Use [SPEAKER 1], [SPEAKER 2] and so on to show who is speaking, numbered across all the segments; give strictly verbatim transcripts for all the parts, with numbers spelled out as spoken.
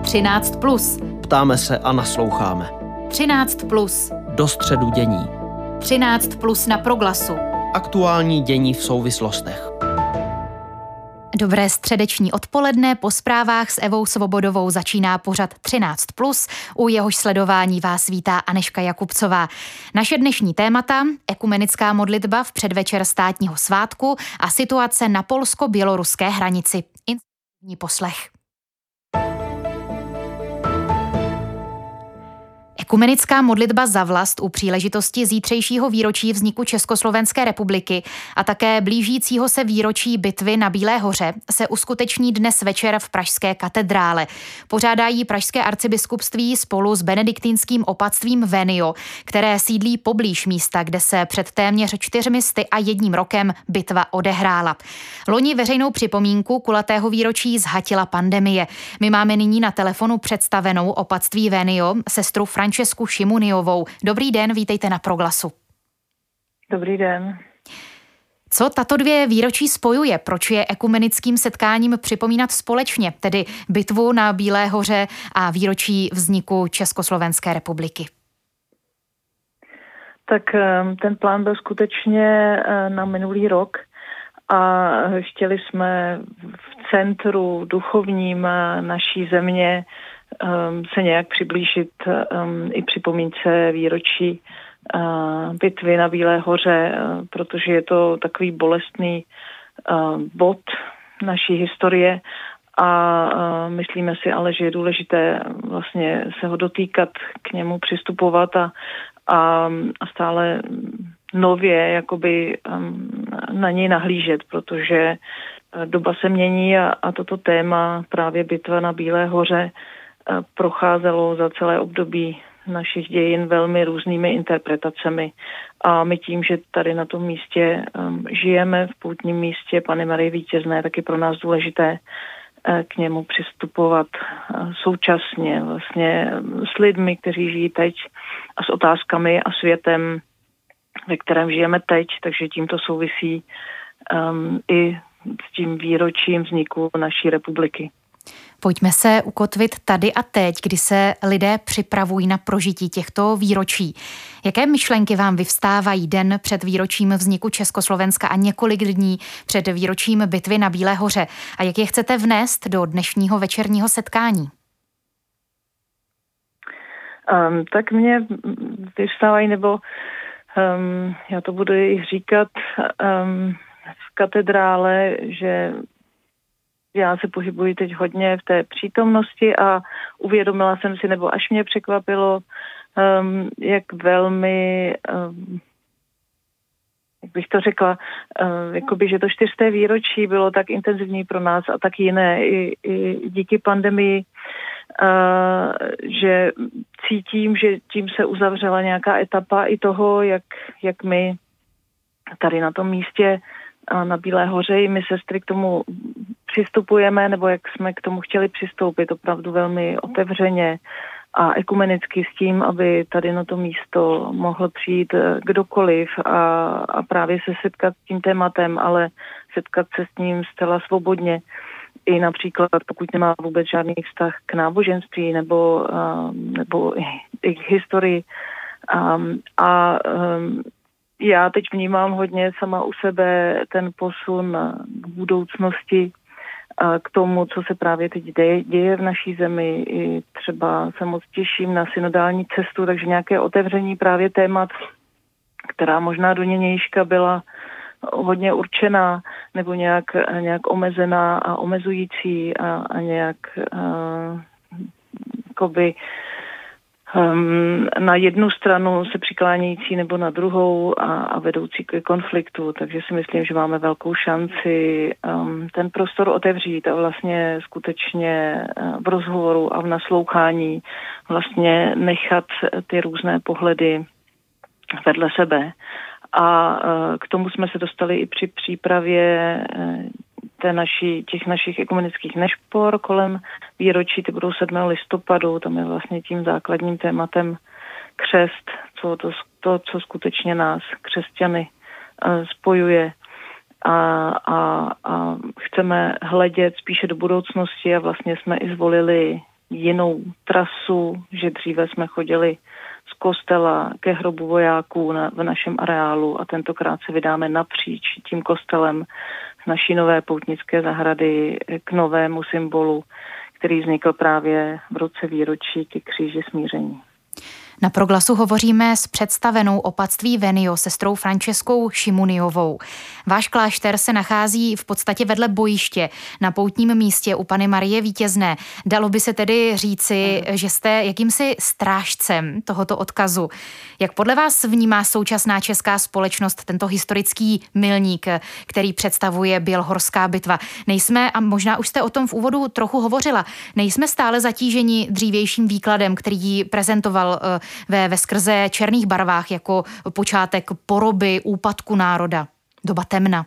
[SPEAKER 1] třináct plus.
[SPEAKER 2] Ptáme se a nasloucháme.
[SPEAKER 1] třináct plus.
[SPEAKER 2] Do středu dění.
[SPEAKER 1] třináct plus na Proglasu.
[SPEAKER 2] Aktuální dění v souvislostech.
[SPEAKER 1] Dobré středeční odpoledne, po zprávách s Evou Svobodovou začíná pořad třináct plus, u jehož sledování vás vítá Anežka Jakubcová. Naše dnešní témata: ekumenická modlitba v předvečer státního svátku a situace na polsko-běloruské hranici. Intenzivní poslech. Ekumenická modlitba za vlast u příležitosti zítřejšího výročí vzniku Československé republiky a také blížícího se výročí bitvy na Bílé hoře se uskuteční dnes večer v pražské katedrále. Pořádají pražské arcibiskupství spolu s benediktínským opatstvím Venio, které sídlí poblíž místa, kde se před téměř čtyřmi sty a jedním rokem bitva odehrála. Loni veřejnou připomínku kulatého výročí zhatila pandemie. My máme nyní na telefonu představenou opatství Venio, sestru Františku Šimuniovou. Dobrý den, vítejte na Proglasu.
[SPEAKER 3] Dobrý den.
[SPEAKER 1] Co tato dvě výročí spojuje? Proč je ekumenickým setkáním připomínat společně, tedy bitvu na Bílé hoře a výročí vzniku Československé republiky?
[SPEAKER 3] Tak ten plán byl skutečně na minulý rok a chtěli jsme v centru duchovním naší země Um, se nějak přiblížit um, i připomínce výročí uh, bitvy na Bílé hoře, uh, protože je to takový bolestný uh, bod naší historie a uh, myslíme si ale, že je důležité vlastně se ho dotýkat, k němu přistupovat a, a, a stále nově jakoby um, na něj nahlížet, protože doba se mění a, a toto téma, právě bitva na Bílé hoře, procházelo za celé období našich dějin velmi různými interpretacemi. A my tím, že tady na tom místě um, žijeme, v poutním místě Panny Marie Vítězné, tak je pro nás důležité uh, k němu přistupovat uh, současně vlastně s lidmi, kteří žijí teď a s otázkami a světem, ve kterém žijeme teď, takže tímto souvisí um, i s tím výročím vzniku naší republiky.
[SPEAKER 1] Pojďme se ukotvit tady a teď, kdy se lidé připravují na prožití těchto výročí. Jaké myšlenky vám vyvstávají den před výročím vzniku Československa a několik dní před výročím bitvy na Bílé hoře? A jak je chcete vnést do dnešního večerního setkání?
[SPEAKER 3] Um, tak mě vyvstávají, nebo um, já to budu i říkat um, v katedrále, že já se pohybuji teď hodně v té přítomnosti a uvědomila jsem si, nebo až mě překvapilo, um, jak velmi, um, jak bych to řekla, um, jakoby, že to čtyřsté výročí bylo tak intenzivní pro nás a tak jiné i, i díky pandemii, uh, že cítím, že tím se uzavřela nějaká etapa i toho, jak, jak my tady na tom místě na Bílé hoře, my sestry k tomu přistupujeme, nebo jak jsme k tomu chtěli přistoupit, opravdu velmi otevřeně a ekumenicky s tím, aby tady na to místo mohl přijít kdokoliv a, a právě se setkat s tím tématem, ale setkat se s ním zcela svobodně. I například, pokud nemá vůbec žádný vztah k náboženství nebo, nebo i k historii. A, a já teď vnímám hodně sama u sebe ten posun k budoucnosti, k tomu, co se právě teď děje, děje v naší zemi. I třeba se moc těším na synodální cestu, takže nějaké otevření právě témat, která možná do nějška byla hodně určená nebo nějak, nějak omezená a omezující a, a nějak uh, jakoby Um, na jednu stranu se přiklánějící nebo na druhou a, a vedoucí k konfliktu, takže si myslím, že máme velkou šanci um, ten prostor otevřít a vlastně skutečně uh, v rozhovoru a v naslouchání vlastně nechat ty různé pohledy vedle sebe. A uh, k tomu jsme se dostali i při přípravě uh, té naší, těch našich ekumenických nešpor kolem výročí, ty budou sedmého listopadu, tam je vlastně tím základním tématem křest, co, to, to, co skutečně nás, křesťany, spojuje a, a, a chceme hledět spíše do budoucnosti a vlastně jsme i zvolili jinou trasu, že dříve jsme chodili z kostela ke hrobu vojáků na, v našem areálu a tentokrát se vydáme napříč tím kostelem z naší nové poutnické zahrady k novému symbolu, který vznikl právě v roce výročí ke kříži smíření.
[SPEAKER 1] Na Proglasu hovoříme s představenou opatství Venio, sestrou Franceskou Šimuniovou. Váš klášter se nachází v podstatě vedle bojiště na poutním místě u Panny Marie Vítězné. Dalo by se tedy říci, Aha. že jste jakýmsi strážcem tohoto odkazu. Jak podle vás vnímá současná česká společnost tento historický milník, který představuje Bělhorská bitva? Nejsme, a možná už jste o tom v úvodu trochu hovořila, nejsme stále zatíženi dřívějším výkladem, který ji prezentoval ve veskrze černých barvách jako počátek poroby, úpadku národa, doba temna?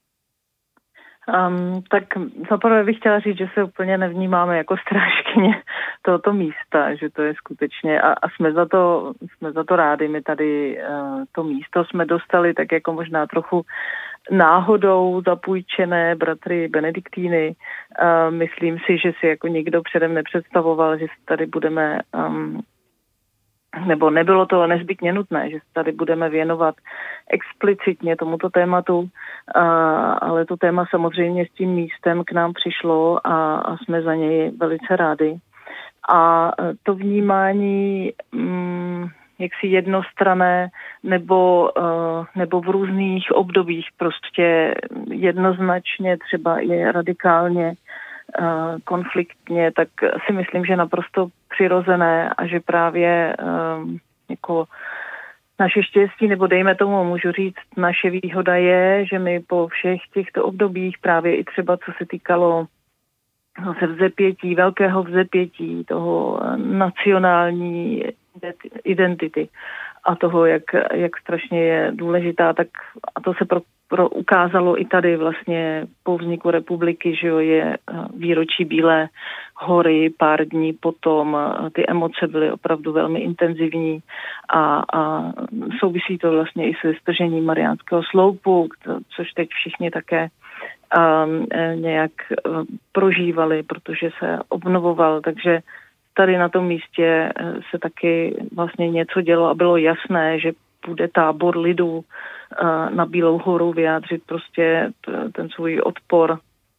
[SPEAKER 3] Um, tak zaprvé bych chtěla říct, že se úplně nevnímáme jako strážkyně tohoto místa, že to je skutečně, a, a jsme za to, jsme za to rádi. My tady uh, to místo jsme dostali tak jako možná trochu náhodou zapůjčené bratry Benediktíny. Uh, myslím si, že si jako nikdo předem nepředstavoval, že tady budeme um, nebo nebylo to nezbytně nutné, že se tady budeme věnovat explicitně tomuto tématu, a, ale to téma samozřejmě s tím místem k nám přišlo a, a jsme za něj velice rádi. A to vnímání mm, jaksi jednostranné nebo, uh, nebo v různých obdobích prostě jednoznačně třeba je radikálně konfliktně, tak si myslím, že naprosto přirozené a že právě um, jako naše štěstí, nebo dejme tomu, můžu říct, naše výhoda je, že my po všech těchto obdobích právě i třeba co se týkalo no, se vzepětí, velkého vzepětí, toho nacionální identity a toho, jak, jak strašně je důležitá, tak a to se pro Pro, ukázalo i tady vlastně po vzniku republiky, že jo, je výročí Bílé hory, pár dní potom, ty emoce byly opravdu velmi intenzivní a, a souvisí to vlastně i se stržením Mariánského sloupu, což teď všichni také um, nějak prožívali, protože se obnovoval, takže tady na tom místě se taky vlastně něco dělo a bylo jasné, že bude tábor lidů na Bílou horu vyjádřit prostě ten svůj odpor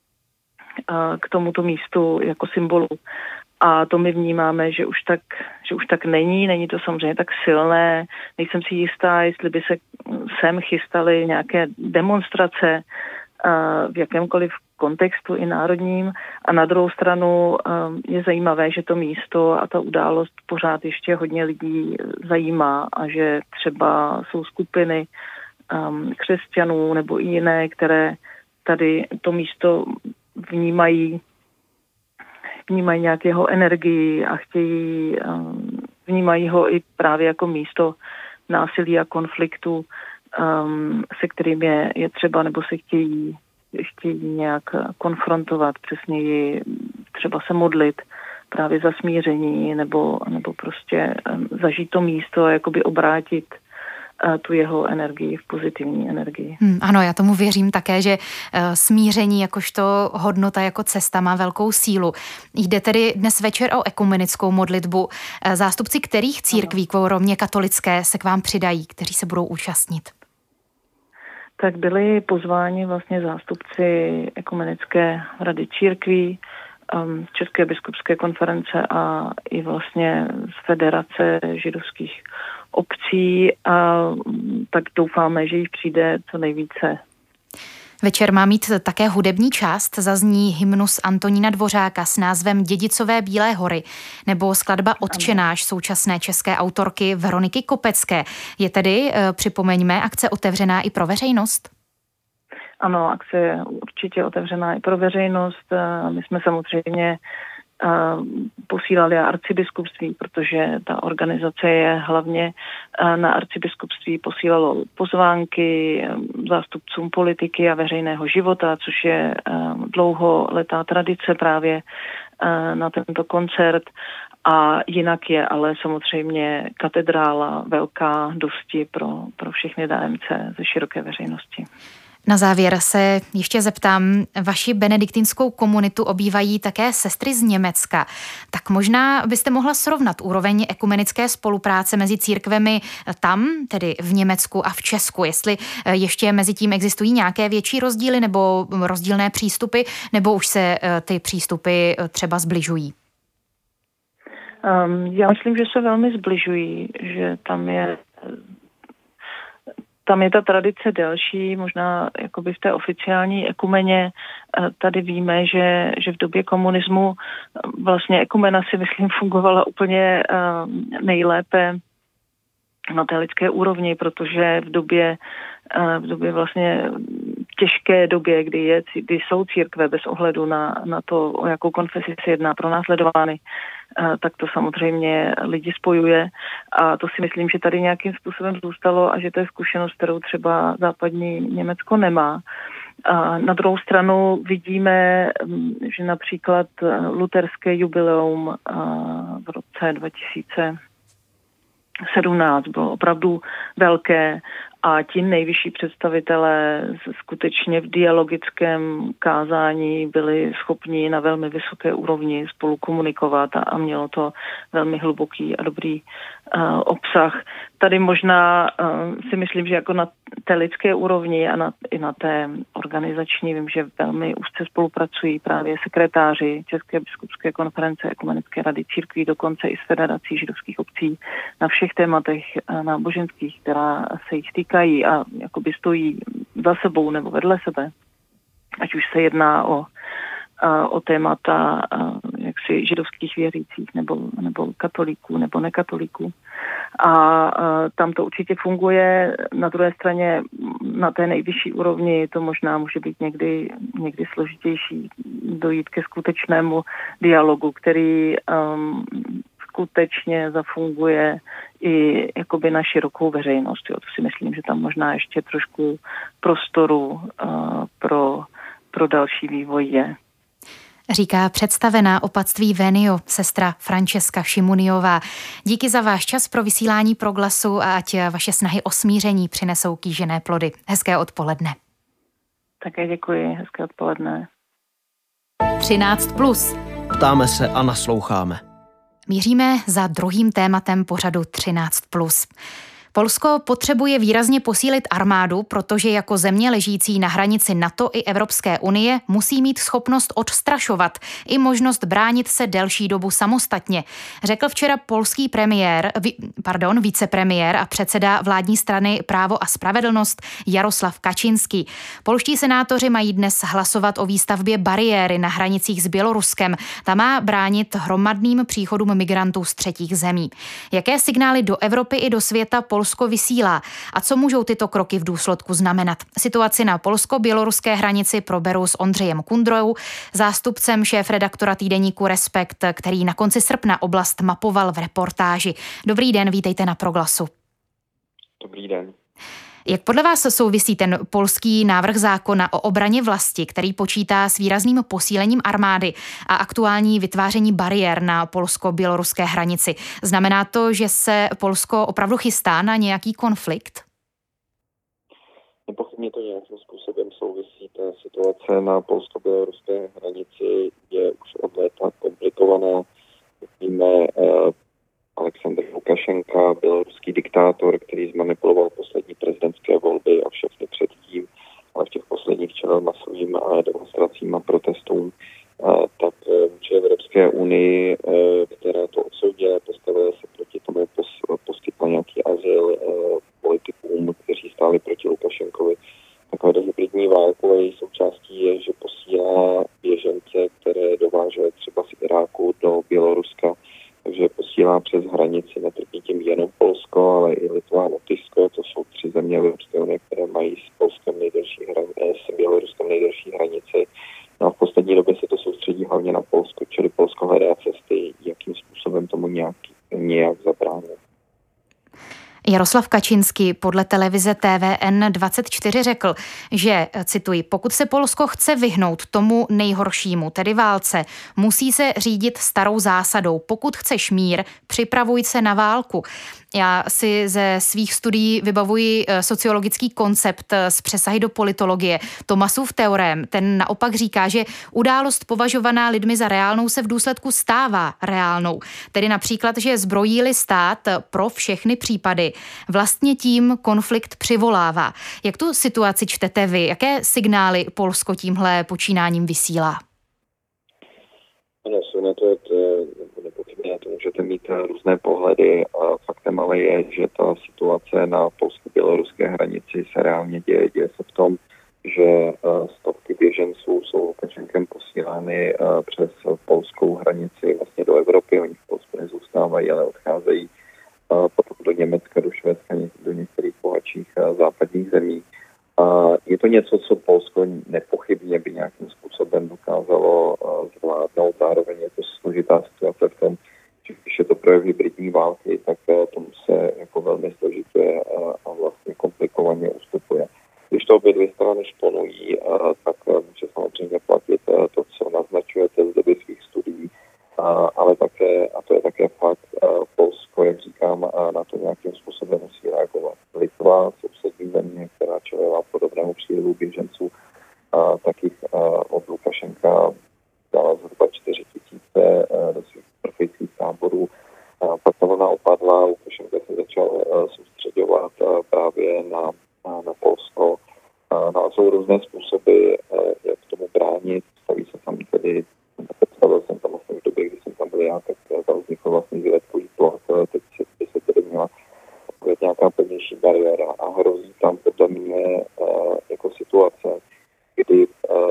[SPEAKER 3] k tomuto místu jako symbolu. A to my vnímáme, že už tak, že už tak není, není to samozřejmě tak silné. Nejsem si jistá, jestli by se sem chystaly nějaké demonstrace v jakémkoliv kontextu i národním. A na druhou stranu je zajímavé, že to místo a ta událost pořád ještě hodně lidí zajímá a že třeba jsou skupiny křesťanů nebo i jiné, které tady to místo vnímají, vnímají nějakého energii a chtějí, vnímají ho i právě jako místo násilí a konfliktu, se kterým je, je třeba nebo se chtějí chtějí nějak konfrontovat, přesněji třeba se modlit právě za smíření nebo, nebo prostě zažít to místo a jakoby obrátit tu jeho energii v pozitivní energii.
[SPEAKER 1] Hmm, ano, já tomu věřím také, že smíření jakožto hodnota, jako cesta má velkou sílu. Jde tedy dnes večer o ekumenickou modlitbu. Zástupci kterých církví, kromě katolické, se k vám přidají, kteří se budou účastnit?
[SPEAKER 3] Tak byli pozváni vlastně zástupci Ekumenické rady církví, České biskupské konference a i vlastně z Federace židovských obcí, a tak doufáme, že jich přijde co nejvíce.
[SPEAKER 1] Večer má mít také hudební část, zazní hymnus Antonína Dvořáka s názvem Dědicové Bílé hory nebo skladba Otčenáš současné české autorky Veroniky Kopecké. Je tedy, připomeňme, akce otevřená i pro veřejnost?
[SPEAKER 3] Ano, akce je určitě otevřená i pro veřejnost. My jsme samozřejmě posílali arcibiskupství, protože ta organizace je hlavně na arcibiskupství, posílalo pozvánky zástupcům politiky a veřejného života, což je dlouholetá tradice právě na tento koncert. A jinak je ale samozřejmě katedrála velká dosti pro, pro všechny dájemce ze široké veřejnosti.
[SPEAKER 1] Na závěr se ještě zeptám, vaši benediktinskou komunitu obývají také sestry z Německa. Tak možná byste mohla srovnat úroveň ekumenické spolupráce mezi církvemi tam, tedy v Německu a v Česku. Jestli ještě mezi tím existují nějaké větší rozdíly nebo rozdílné přístupy, nebo už se ty přístupy třeba zbližují?
[SPEAKER 3] Um, já myslím, že se velmi zbližují, že tam je Tam je ta tradice delší, možná jakoby v té oficiální ekumeně. Tady víme, že, že v době komunismu vlastně ekumena si myslím fungovala úplně nejlépe na té lidské úrovni, protože v době, v době vlastně těžké době, kdy, je, kdy jsou církve bez ohledu na, na to, o jakou konfesi se jedná, pronásledovány, tak to samozřejmě lidi spojuje a to si myslím, že tady nějakým způsobem zůstalo a že to je zkušenost, kterou třeba západní Německo nemá. A na druhou stranu vidíme, že například luterské jubileum v roce dva tisíce sedmnáct bylo opravdu velké a ti nejvyšší představitelé skutečně v dialogickém kázání byli schopni na velmi vysoké úrovni spolu komunikovat a, a mělo to velmi hluboký a dobrý uh, obsah. Tady možná uh, si myslím, že jako na té lidské úrovni a na, i na té organizační, vím, že velmi úzce spolupracují právě sekretáři České biskupské konference, Ekumenické rady církví, dokonce i s Federací židovských obcí na všech tématech uh, náboženských, která se jich týkají a jakoby stojí za sebou nebo vedle sebe. Ať už se jedná o, o témata jaksi židovských věřících nebo, nebo katolíků nebo nekatolíků. A, a tam to určitě funguje. Na druhé straně na té nejvyšší úrovni to možná může být někdy, někdy složitější dojít ke skutečnému dialogu, který um, skutečně zafunguje i jakoby na širokou veřejnost. Jo. To si myslím, že tam možná ještě trošku prostoru uh, pro, pro další vývoj je.
[SPEAKER 1] Říká představená opatství Venio, sestra Francesca Šimuniová. Díky za váš čas pro vysílání Proglasu a ať vaše snahy o smíření přinesou kýžené plody. Hezké odpoledne.
[SPEAKER 3] Také děkuji, hezké odpoledne.
[SPEAKER 1] třináct plus.
[SPEAKER 2] Ptáme se a nasloucháme.
[SPEAKER 1] Míříme za druhým tématem pořadu třináct plus. Polsko potřebuje výrazně posílit armádu, protože jako země ležící na hranici NATO i Evropské unie musí mít schopnost odstrašovat i možnost bránit se delší dobu samostatně, řekl včera polský premiér, pardon, vicepremiér a předseda vládní strany Právo a spravedlnost Jaroslav Kačinský. Polští senátoři mají dnes hlasovat o výstavbě bariéry na hranicích s Běloruskem. Ta má bránit hromadným příchodům migrantů z třetích zemí. Jaké signály do Evropy i do světa Polsko vysílá a co můžou tyto kroky v důsledku znamenat? Situaci na polsko-běloruské hranici proberu s Ondřejem Kundrou, zástupcem šéfredaktora týdeníku Respekt, který na konci srpna oblast mapoval v reportáži. Dobrý den, vítejte na Proglasu.
[SPEAKER 4] Dobrý den.
[SPEAKER 1] Jak podle vás souvisí ten polský návrh zákona o obraně vlasti, který počítá s výrazným posílením armády a aktuální vytváření bariér na polsko-běloruské hranici? Znamená to, že se Polsko opravdu chystá na nějaký konflikt?
[SPEAKER 4] Nepochybně to nějakým způsobem souvisí. Ta situace na polsko-běloruské hranici je už od léta komplikovaná. Víme, eh, Aleksandr Lukašenka, běloruský diktátor, který zmanipuloval poslední prezidentské volby a všechny předtím, ale v těch posledních čelil masovým demonstracím a protestům, tak vůči Evropské unii, která to odsoudila, postavila se proti tomu, poskytla nějaký azyl politikům, kteří stáli proti Lukašenkovi. Takové hybridní válkové její součástí je, že posílá běžence, které dovážely třeba z Iráku do Běloruska, takže posílá přes hranici, netrpí tím jenom Polsko, ale i Litva a Lotyšsko, to jsou tři země Evropské unie, které mají s Polskem nejdelší hranici, s Běloruskem nejdelší hranici. No a v poslední době se to soustředí hlavně na Polsko, čili Polsko hledá cesty, jakým způsobem tomu nějak, nějak zabránit.
[SPEAKER 1] Jaroslav Kačinský podle televize T V N dvacet čtyři řekl, že, cituji, pokud se Polsko chce vyhnout tomu nejhoršímu, tedy válce, musí se řídit starou zásadou. Pokud chceš mír, připravuj se na válku. Já si ze svých studií vybavuji sociologický koncept s přesahy do politologie. Thomasův teorem, ten naopak říká, že událost považovaná lidmi za reálnou se v důsledku stává reálnou. Tedy například, že zbrojí-li stát pro všechny případy, vlastně tím konflikt přivolává. Jak tu situaci čtete vy? Jaké signály Polsko tímhle počínáním vysílá?
[SPEAKER 4] Ano, jsou na to, nepochybně na to můžete mít různé pohledy. A faktem ale je, že ta situace na polsko-běloruské hranici se reálně děje. Děje se v tom, že stovky běženců jsou Lukašenkem posílány přes polskou hranici vlastně do Evropy. Oni v Polsku nezůstávají, ale odcházejí potom do Německa, do Švédska, do některých bohatších západních zemí. A je to něco, co Polsko nepochybně by nějakým způsobem dokázalo zvládnout. Zároveň je to složitá situace v tom, že když je to projev hybridní války, tak tomu se jako velmi složitě a vlastně komplikovaně ustupuje. Když to obě dvě strany šponují, tak může samozřejmě platit to, co naznačujete z doby svých studií, ale také, a to je také fakt, Polsko, jak říkám, na to nějakým způsobem musí reagovat. Litva, sousední země, která čelila podobného přílivu běženců, tak jich od Lukašenka dala zhruba čtyři tisíce do svých uprchlických táborů. Pak ta vlna opadla, Lukašenka se začal soustředovat právě na, na Polsko. No a jsou různé způsoby, jak tomu bránit. Staví se tam tedy, představil jsem tam vlastně v době, kdy jsem tam byl já, tak tam vznikl vlastně výletkový plot. Teď se, by se tedy měla být nějaká pevnější bariéra a hrozí tam podle mě jako situace, kdy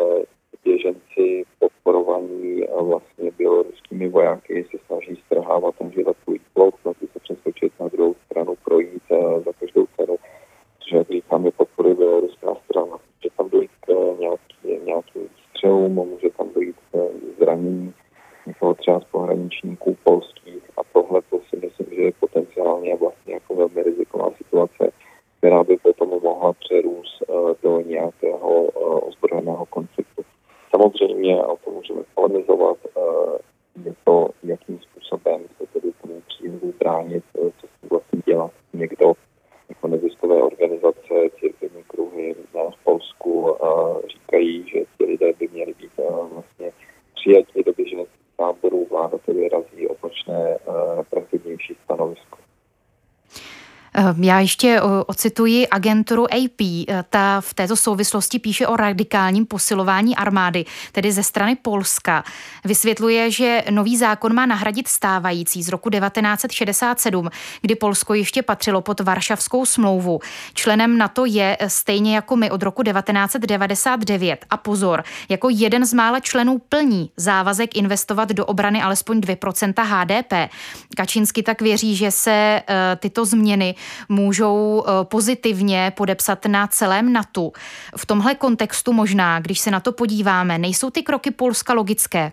[SPEAKER 4] běženci podporovaní vlastně běloruskými vojáky se snaží strhávat ten výletkový plot, snaží se přeskočit na druhou stranu, projít za každou cenu, protože jak říkám, je podporuje běloruská strana. Může tam dojít k nějaký, nějakým střelům, může tam dojít k zranění někoho třeba z pohraničníků polských a tohle to si myslím, že je potenciálně vlastně jako velmi riziková situace, která by potom mohla přerůst do nějakého ozbrojeného konfliktu. Samozřejmě, a to můžeme polemizovat, je to, jakým způsobem se tedy tomu přílivu bránit, co se vlastně dělat. Někdo jako neziskové organizace, církevní kruhy v Polsku říkají, že ti lidé by měli být vlastně přijatí do běženeckých táborů, vláda tedy razí opačné represivnější stanovisko.
[SPEAKER 1] Já ještě ocituji agenturu A P. Ta v této souvislosti píše o radikálním posilování armády, tedy ze strany Polska. Vysvětluje, že nový zákon má nahradit stávající z roku devatenáct set šedesát sedm, kdy Polsko ještě patřilo pod Varšavskou smlouvu. Členem NATO je stejně jako my od roku devatenáct set devadesát devět. A pozor, jako jeden z mála členů plní závazek investovat do obrany alespoň dvě procenta H D P. Kačínsky tak věří, že se tyto změny můžou pozitivně podepsat na celém NATO. V tomhle kontextu možná, když se na to podíváme, nejsou ty kroky Polska logické?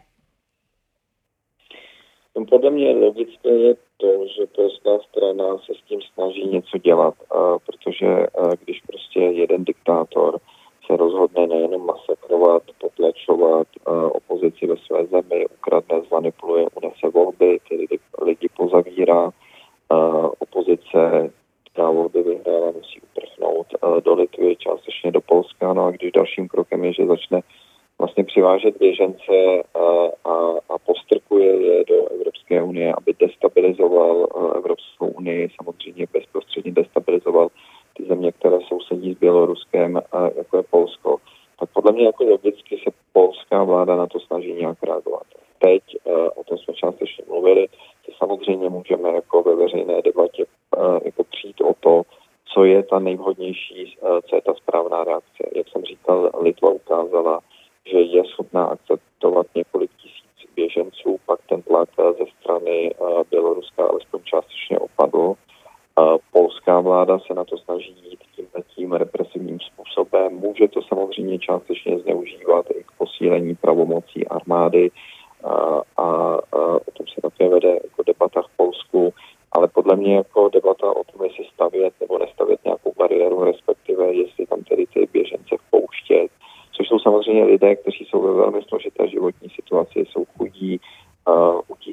[SPEAKER 4] No, podle mě logické je to, že polská strana se s tím snaží něco dělat, protože když prostě jeden diktátor se rozhodne nejenom masakrovat, potlačovat opozici ve své zemi, ukradne, zmanipuluje, unese volby, tedy lidi pozavírá, opozice, která volby vyhrála, musí uprchnout do Litvy, částečně do Polska, no a když dalším krokem je, že začne vlastně přivážet běžence a, a, a postrkuje je do Evropské unie, aby destabilizoval Evropskou unii, samozřejmě bezprostředně destabilizoval ty země, které sousedí s Běloruskem, jako je Polsko, tak podle mě jako logicky se polská vláda na to snaží nějak reagovat. Teď, o tom jsme částečně mluvili, že samozřejmě můžeme jako ve veřejné debatě jako přijít o to, co je ta nejvhodnější, co je ta správná reakce. Jak jsem říkal, Litva ukázala, že je schopná akceptovat několik tisíc běženců, pak ten tlak ze strany Běloruska alespoň částečně opadl. Polská vláda se na to snaží jít tím, tím represivním způsobem. Může to samozřejmě částečně zneužívat i k posílení pravomocí armády a, a, a o tom se také vede jako debata v Polsku, ale podle mě jako debata o tom, jestli stavět nebo nestavět nějakou bariéru, respektive jestli tam tedy ty běžence vpouštět, což jsou samozřejmě lidé, kteří jsou ve velmi složité životní situaci, jsou chudí, uh, utíkají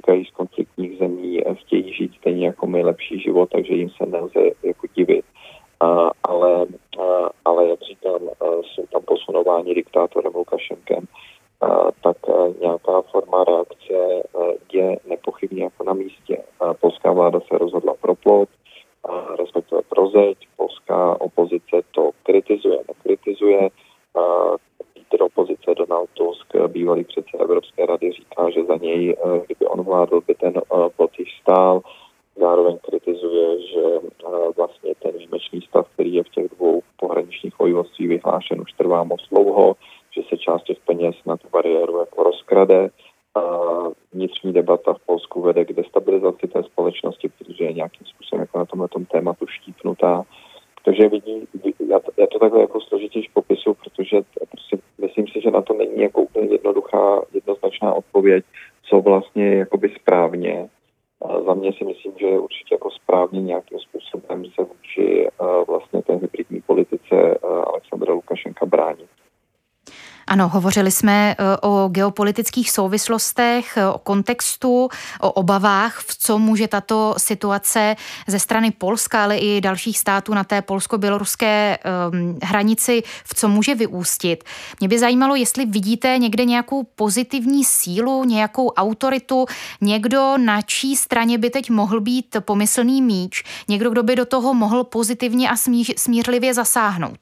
[SPEAKER 4] utíkají z konfliktních zemí, chtějí žít stejně jako my lepší život, takže jim se nelze jako divit. Uh, ale, uh, ale jak říkám, uh, jsou tam posunování diktátorem Lukašenkem, uh, tak uh, nějaká forma reakce uh, je nepochybně jako na místě. Uh, polská vláda se rozhodla pro plot, uh, respektive pro zeď, polská opozice to kritizuje, nekritizuje. Uh, lídr opozice Donald Tusk, bývalý předseda Evropské rady, říká, že za něj, uh, kdyby on vládl, by ten uh, plot již stál. Zároveň kritizuje, že vlastně ten výjimečný stav, který je v těch dvou pohraničních vojvodství vyhlášen, už trvá moc dlouho, že se část těch peněz na tu bariéru jako rozkrade. Vnitřní debata v Polsku vede k destabilizaci té společnosti, protože je nějakým způsobem jako na tomhle tématu štípnutá. Takže vidí, já to, já to takhle jako složitější popisuju, protože prostě myslím si, že na to není jako úplně jednoduchá, jednoznačná odpověď, co vlastně je jakoby správně. Za mě si myslím, že je určitě jako správně nějakým způsobem se vůči vlastně té hybridní politice Alexandra Lukašenka bránit.
[SPEAKER 1] Ano, hovořili jsme o geopolitických souvislostech, o kontextu, o obavách, v co může tato situace ze strany Polska, ale i dalších států na té polsko-běloruské um, hranici, v co může vyústit. Mě by zajímalo, jestli vidíte někde nějakou pozitivní sílu, nějakou autoritu, někdo, na čí straně by teď mohl být pomyslný míč, někdo, kdo by do toho mohl pozitivně a smíř, smířlivě zasáhnout.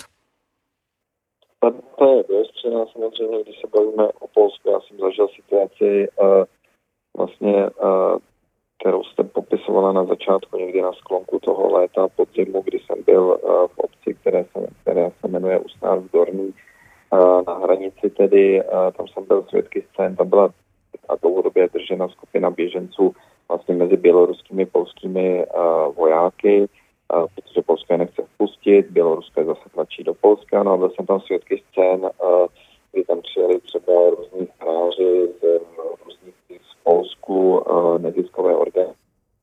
[SPEAKER 4] To je vyostřená samozřejmě, když se bavíme o Polsku. Já jsem zažil situaci, uh, vlastně, uh, kterou jste popisovala na začátku, někdy na sklonku toho léta podzimu, kdy jsem byl uh, v obci, které se, které se jmenuje Usnár Dorný, uh, na hranici tedy. Uh, tam jsem byl svědky scén, tam byla a dlouhodobě držena skupina běženců vlastně mezi běloruskými polskými uh, vojáky, protože Polsko je nechce vpustit, Bělorusko je zase tlačí do Polska, no a byl jsem tam svědky scén, kdy tam přijeli třeba různí hráři z různých z Polsku, neziskové organizace,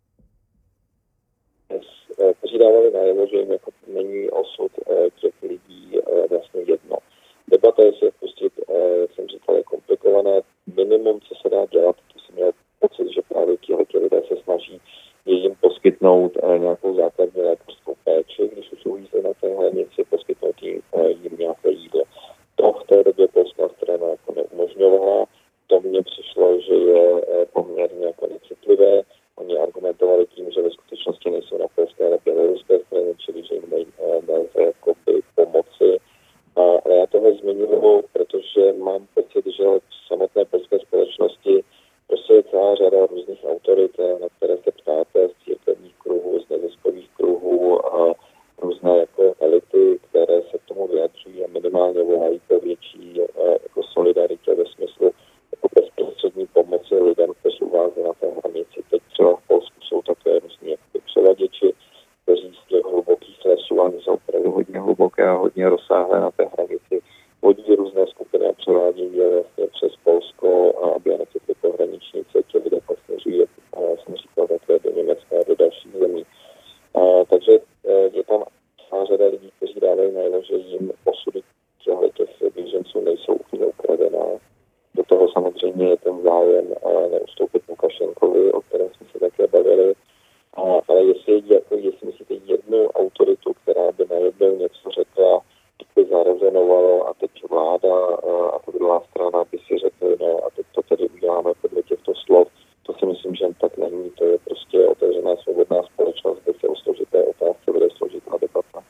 [SPEAKER 4] kteří dávali najevo, že jim jako není osud těch lidí vlastně jedno. Debata, jestli je vpustit, jak jsem říkal, je komplikované. Minimum, co se dá dělat, to jsem měl pocit, že právě tihle lidé se snaží je jim poskytnout eh, nějakou základní lékařskou péči, když už uvízli na té hranici, poskytnout jim, eh, jim nějaké jídlo. To v té době polská strana jako neumožňovala. To mně přišlo, že je eh, poměrně jako necitlivé. Oni argumentovali tím, že ve skutečnosti nejsou na polské a běloruské straně, čili že jim nelze jako by pomoci. A, ale já toho zmiňuji, protože mám pocit, že v samotné polské společnosti prostě je celá řada různých autorit, na které se ptáte, z církevních kruhů, z neziskových kruhů a různé jako elity, které se k tomu vyjadřují a minimálně volají po větší jako solidaritě ve smyslu jako bezprostřední pomoci lidem, kteří uvází na té hranici. Teď třeba v Polsku jsou také různí jako převaděči, kteří z těch hlubokých lesů, a jsou opravdu hodně hluboké a hodně rozsáhlé na té hranici, vodí různé skupiny a převádějí je vlastně přes Polsko, aby nechytli pohraničnice, ti lidé pak směřují, jak jsem říkal, také do Německa a do dalších zemí. A, takže je tam celá řada lidí, kteří dávají najevo, že jim osudy těch běženců nejsou úplně ukradená. Do toho samozřejmě je ten zájem neustoupit Lukašenkovi, o kterém jsme se také bavili. A, ale jestli, jako, jestli myslíte jednu autoritu, která by najednou něco řekla, by zarezonovalo a teď vláda a ta druhá strana by si řekli, no a teď to tedy uděláme podle těchto slov. To si myslím, že tak není. To je prostě otevřená svobodná společnost, kde se o složité otázce bude složitá debata.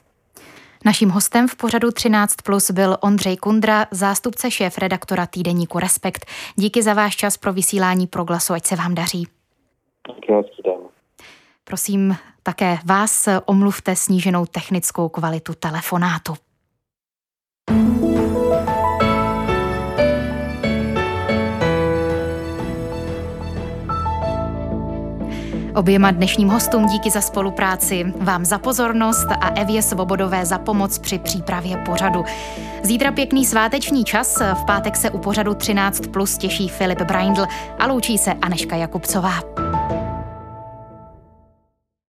[SPEAKER 1] Naším hostem v pořadu třináct plus byl Ondřej Kundra, zástupce šéfredaktora týdeníku Respekt. Díky za váš čas pro vysílání Proglasu, ať se vám daří.
[SPEAKER 4] Díky, hezký den.
[SPEAKER 1] Prosím také vás, omluvte sníženou technickou kvalitu telefonátu. Oběma dnešním hostům díky za spolupráci, vám za pozornost a Evě Svobodové za pomoc při přípravě pořadu. Zítra pěkný sváteční čas, v pátek se u pořadu třináct plus těší Filip Braindl a loučí se Anežka Jakubcová.